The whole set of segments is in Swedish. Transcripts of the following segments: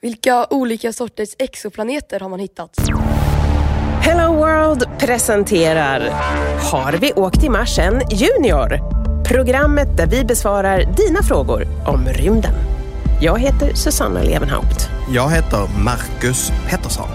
Vilka olika sorters exoplaneter har man hittat? Hello World presenterar Har vi åkt till Mars än Junior? Programmet där vi besvarar dina frågor om rymden. Jag heter Susanna Levenhaupt. Jag heter Marcus Pettersson.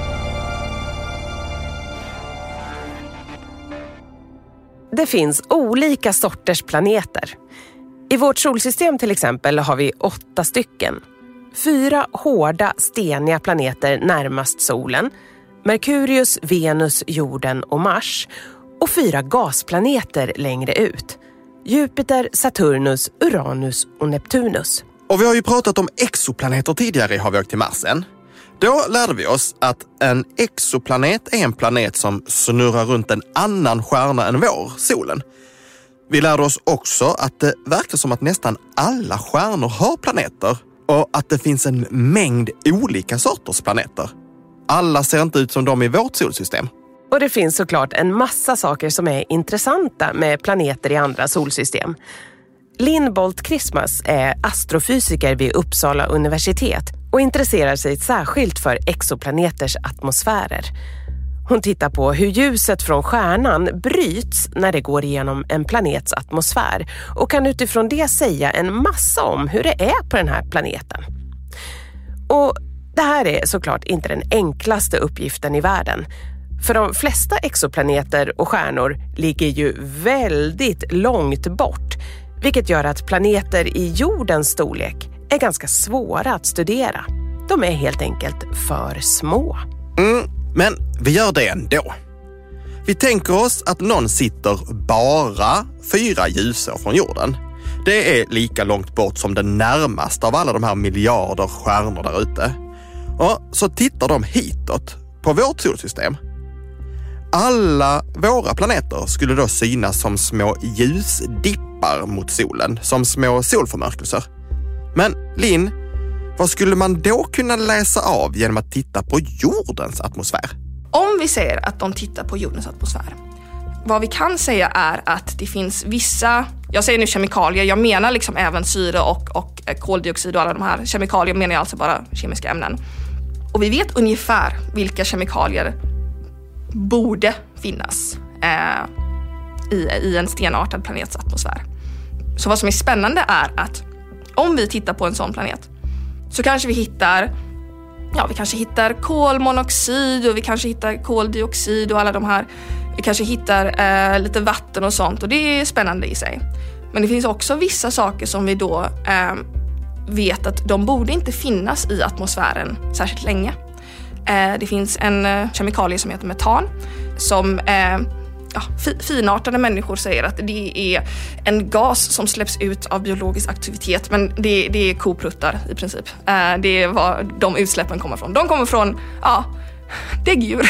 Det finns olika sorters planeter. I vårt solsystem till exempel har vi 8 stycken. 4 hårda, steniga planeter närmast solen. Merkurius, Venus, jorden och Mars. Och 4 gasplaneter längre ut. Jupiter, Saturnus, Uranus och Neptunus. Och vi har ju pratat om exoplaneter tidigare i Har vi åkt till Mars än? Då lärde vi oss att en exoplanet är en planet som snurrar runt en annan stjärna än vår, solen. Vi lärde oss också att det verkar som att nästan alla stjärnor har planeter och att det finns en mängd olika sorters planeter. Alla ser inte ut som de i vårt solsystem. Och det finns såklart en massa saker som är intressanta med planeter i andra solsystem. Lynn Bolt Christmas är astrofysiker vid Uppsala universitet och intresserar sig särskilt för exoplaneters atmosfärer. Hon tittar på hur ljuset från stjärnan bryts när det går igenom en planets atmosfär och kan utifrån det säga en massa om hur det är på den här planeten. Och det här är såklart inte den enklaste uppgiften i världen. För de flesta exoplaneter och stjärnor ligger ju väldigt långt bort, vilket gör att planeter i jordens storlek är ganska svåra att studera. De är helt enkelt för små. Men vi gör det ändå. Vi tänker oss att någon sitter bara 4 ljusår från jorden. Det är lika långt bort som den närmaste av alla de här miljarder stjärnor där ute. Och så tittar de hitåt på vårt solsystem. Alla våra planeter skulle då synas som små ljusdippar mot solen, som små solförmörkelser. Men Linn, vad skulle man då kunna läsa av genom att titta på jordens atmosfär? Om vi säger att de tittar på jordens atmosfär, vad vi kan säga är att det finns vissa, jag säger nu kemikalier, jag menar liksom även syre och koldioxid och alla de här kemikalier, menar jag alltså bara kemiska ämnen. Och vi vet ungefär vilka kemikalier borde finnas i en stenartad planets atmosfär. Så vad som är spännande är att om vi tittar på en sån planet så kanske vi hittar kolmonoxid och vi kanske hittar koldioxid och alla de här. Vi kanske hittar lite vatten och sånt och det är spännande i sig. Men det finns också vissa saker som vi då vet att de borde inte finnas i atmosfären särskilt länge. Det finns en kemikalie som heter metan som finartade människor säger att det är en gas som släpps ut av biologisk aktivitet, men det är kopruttar i princip. Det är var de utsläppen kommer från. De kommer från däggdjur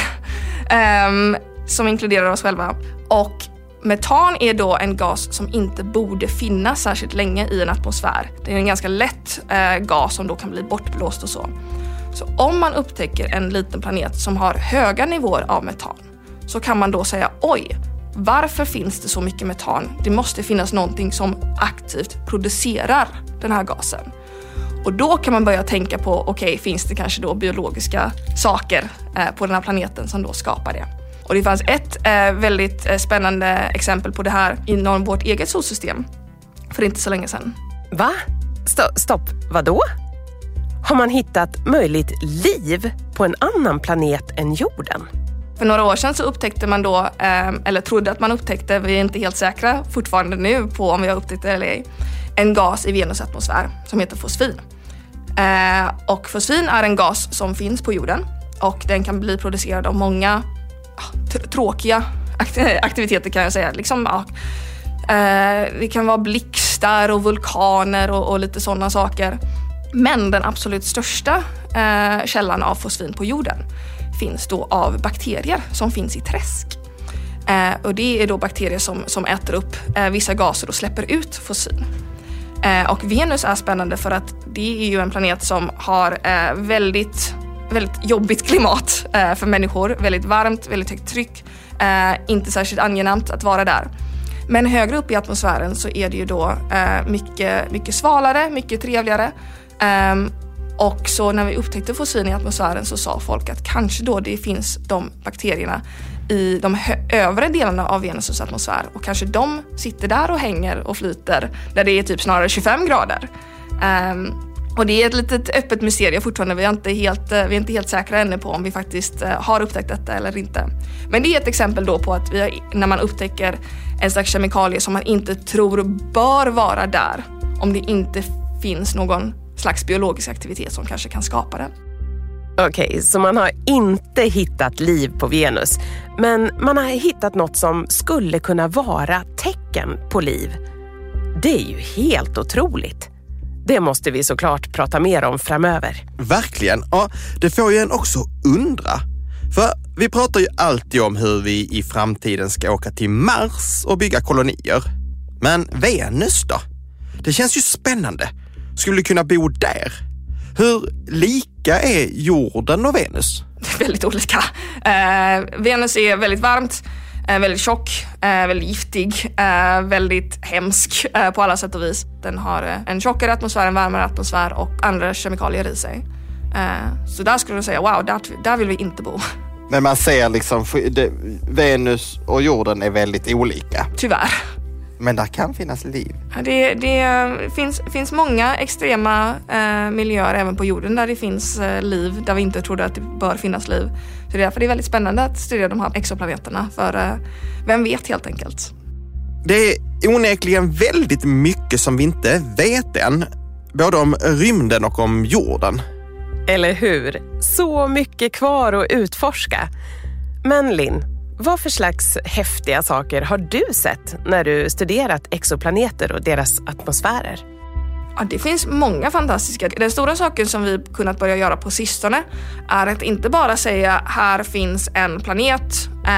som inkluderar oss själva. Och metan är då en gas som inte borde finnas särskilt länge i en atmosfär. Det är en ganska lätt gas som då kan bli bortblåst och så. Så om man upptäcker en liten planet som har höga nivåer av metan så kan man då säga, oj, varför finns det så mycket metan? Det måste finnas någonting som aktivt producerar den här gasen. Och då kan man börja tänka på, okej, finns det kanske då biologiska saker på den här planeten som då skapar det? Och det fanns ett väldigt spännande exempel på det här inom vårt eget solsystem för inte så länge sedan. Va? Stopp, vadå? Har man hittat möjligt liv på en annan planet än jorden? För några år sedan så upptäckte man då, eller trodde att man upptäckte, vi är inte helt säkra fortfarande nu på om vi har upptäckt det eller ej, en gas i Venus atmosfär som heter fosfin. Och fosfin är en gas som finns på jorden och den kan bli producerad av många tråkiga aktiviteter kan jag säga. Det kan vara blixtar och vulkaner och lite sådana saker. Men den absolut största källan av fosfin på jorden finns då av bakterier som finns i träsk. Och det är då bakterier som äter upp vissa gaser och släpper ut fosfin. Och Venus är spännande för att det är ju en planet som har väldigt, väldigt jobbigt klimat för människor. Väldigt varmt, väldigt högt tryck. Inte särskilt angenämt att vara där. Men högre upp i atmosfären så är det ju då mycket, mycket svalare, mycket trevligare. Och så när vi upptäckte fossilien i atmosfären så sa folk att kanske då det finns de bakterierna i de övre delarna av Venus atmosfär. Och kanske de sitter där och hänger och flyter där det är typ snarare 25 grader. Och det är ett litet öppet mysterium fortfarande. Vi är inte helt säkra ännu på om vi faktiskt har upptäckt detta eller inte. Men det är ett exempel då på att när man upptäcker en slags kemikalie som man inte tror bör vara där, om det inte finns någon slags biologisk aktivitet som kanske kan skapa den. Okej, så man har inte hittat liv på Venus, men man har hittat något som skulle kunna vara tecken på liv. Det är ju helt otroligt. Det måste vi såklart prata mer om framöver. Verkligen. Ja, det får ju en också undra. För vi pratar ju alltid om hur vi i framtiden ska åka till Mars och bygga kolonier. Men Venus då? Det känns ju spännande. Skulle du kunna bo där? Hur lika är jorden och Venus? Väldigt olika. Venus är väldigt varmt, väldigt tjock, väldigt giftig, väldigt hemsk på alla sätt och vis. Den har en tjockare atmosfär, en varmare atmosfär och andra kemikalier i sig. Så där skulle jag säga, wow, där vill vi inte bo. Men man ser liksom, Venus och jorden är väldigt olika. Tyvärr. Men där kan finnas liv. Det finns många extrema miljöer även på jorden där det finns liv, där vi inte trodde att det bör finnas liv. Så det är därför det är väldigt spännande att studera de här exoplaneterna, för vem vet helt enkelt. Det är onekligen väldigt mycket som vi inte vet än, både om rymden och om jorden. Eller hur? Så mycket kvar att utforska. Men Linn, vad för slags häftiga saker har du sett när du studerat exoplaneter och deras atmosfärer? Ja, det finns många fantastiska. Den stora saken som vi kunnat börja göra på sistone är att inte bara säga här finns en planet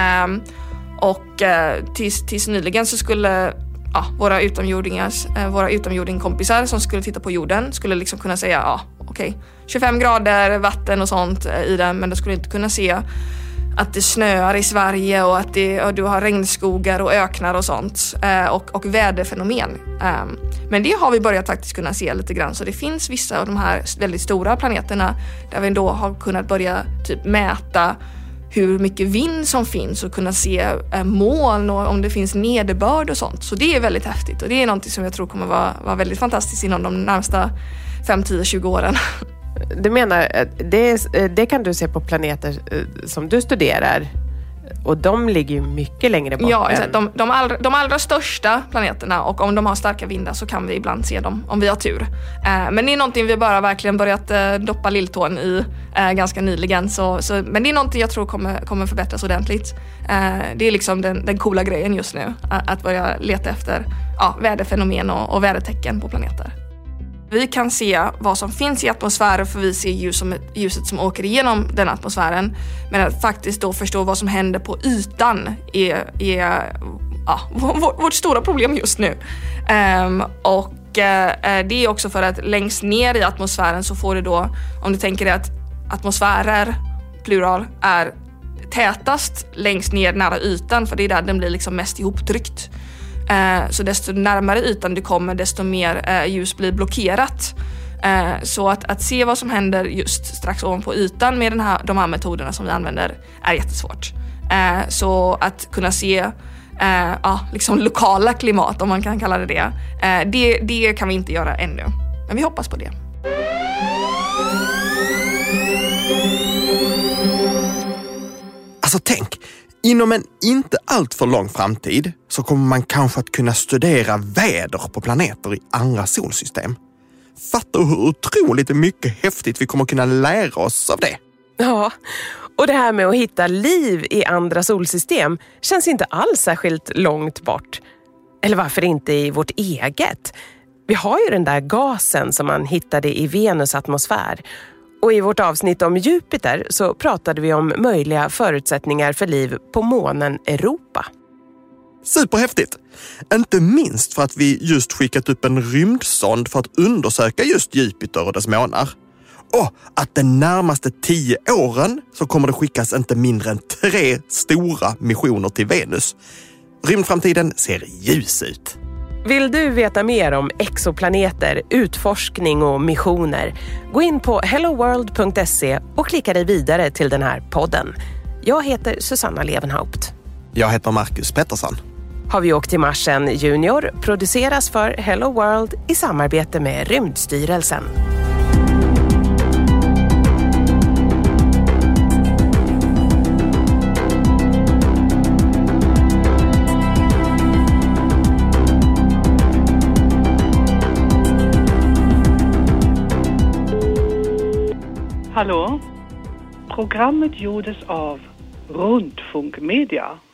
och tills nyligen så skulle våra utomjordingkompisar som skulle titta på jorden skulle liksom kunna säga okej, 25 grader, vatten och sånt i den, men de skulle inte kunna se att det snöar i Sverige och att du har regnskogar och öknar och sånt och väderfenomen. Men det har vi börjat faktiskt kunna se lite grann, så det finns vissa av de här väldigt stora planeterna där vi då har kunnat börja typ mäta hur mycket vind som finns och kunna se moln och om det finns nederbörd och sånt. Så det är väldigt häftigt och det är något som jag tror kommer vara väldigt fantastiskt inom de närmsta 5, 10, 20 åren. Du menar, det kan du se på planeter som du studerar och de ligger ju mycket längre bort. Ja, de allra största planeterna, och om de har starka vindar så kan vi ibland se dem om vi har tur. Men det är någonting vi bara verkligen börjat doppa lilltån i ganska nyligen. Men det är någonting jag tror kommer förbättras ordentligt. Det är liksom den coola grejen just nu, att börja leta efter väderfenomen och vädertecken på planeter. Vi kan se vad som finns i atmosfären, för vi ser ljuset som åker igenom den atmosfären. Men att faktiskt då förstå vad som händer på ytan är vårt stora problem just nu. Det är också för att längst ner i atmosfären så får du då, om du tänker dig att atmosfärer, plural, är tätast längst ner nära ytan, för det är där den blir liksom mest ihoptryckt. Så desto närmare ytan du kommer, desto mer ljus blir blockerat. Så att se vad som händer just strax ovanpå ytan med de här metoderna som vi använder är jättesvårt. Så att kunna se liksom lokala klimat, om man kan kalla det, det kan vi inte göra ännu. Men vi hoppas på det. Alltså tänk, inom en inte allt för lång framtid så kommer man kanske att kunna studera väder på planeter i andra solsystem. Fattar du hur otroligt mycket häftigt vi kommer kunna lära oss av det? Ja, och det här med att hitta liv i andra solsystem känns inte alls särskilt långt bort. Eller varför inte i vårt eget? Vi har ju den där gasen som man hittade i Venus atmosfär. Och i vårt avsnitt om Jupiter så pratade vi om möjliga förutsättningar för liv på månen Europa. Superhäftigt! Inte minst för att vi just skickat upp en rymdsond för att undersöka just Jupiter och dess månar. Och att de närmaste 10 åren så kommer det skickas inte mindre än 3 stora missioner till Venus. Rymdframtiden ser ljus ut. Vill du veta mer om exoplaneter, utforskning och missioner? Gå in på helloworld.se och klicka dig vidare till den här podden. Jag heter Susanna Levenhaupt. Jag heter Marcus Pettersson. Har vi åkt till Marsen Junior produceras för Hello World i samarbete med Rymdstyrelsen. Hallå? Programmet gjordes av Rundfunk Media.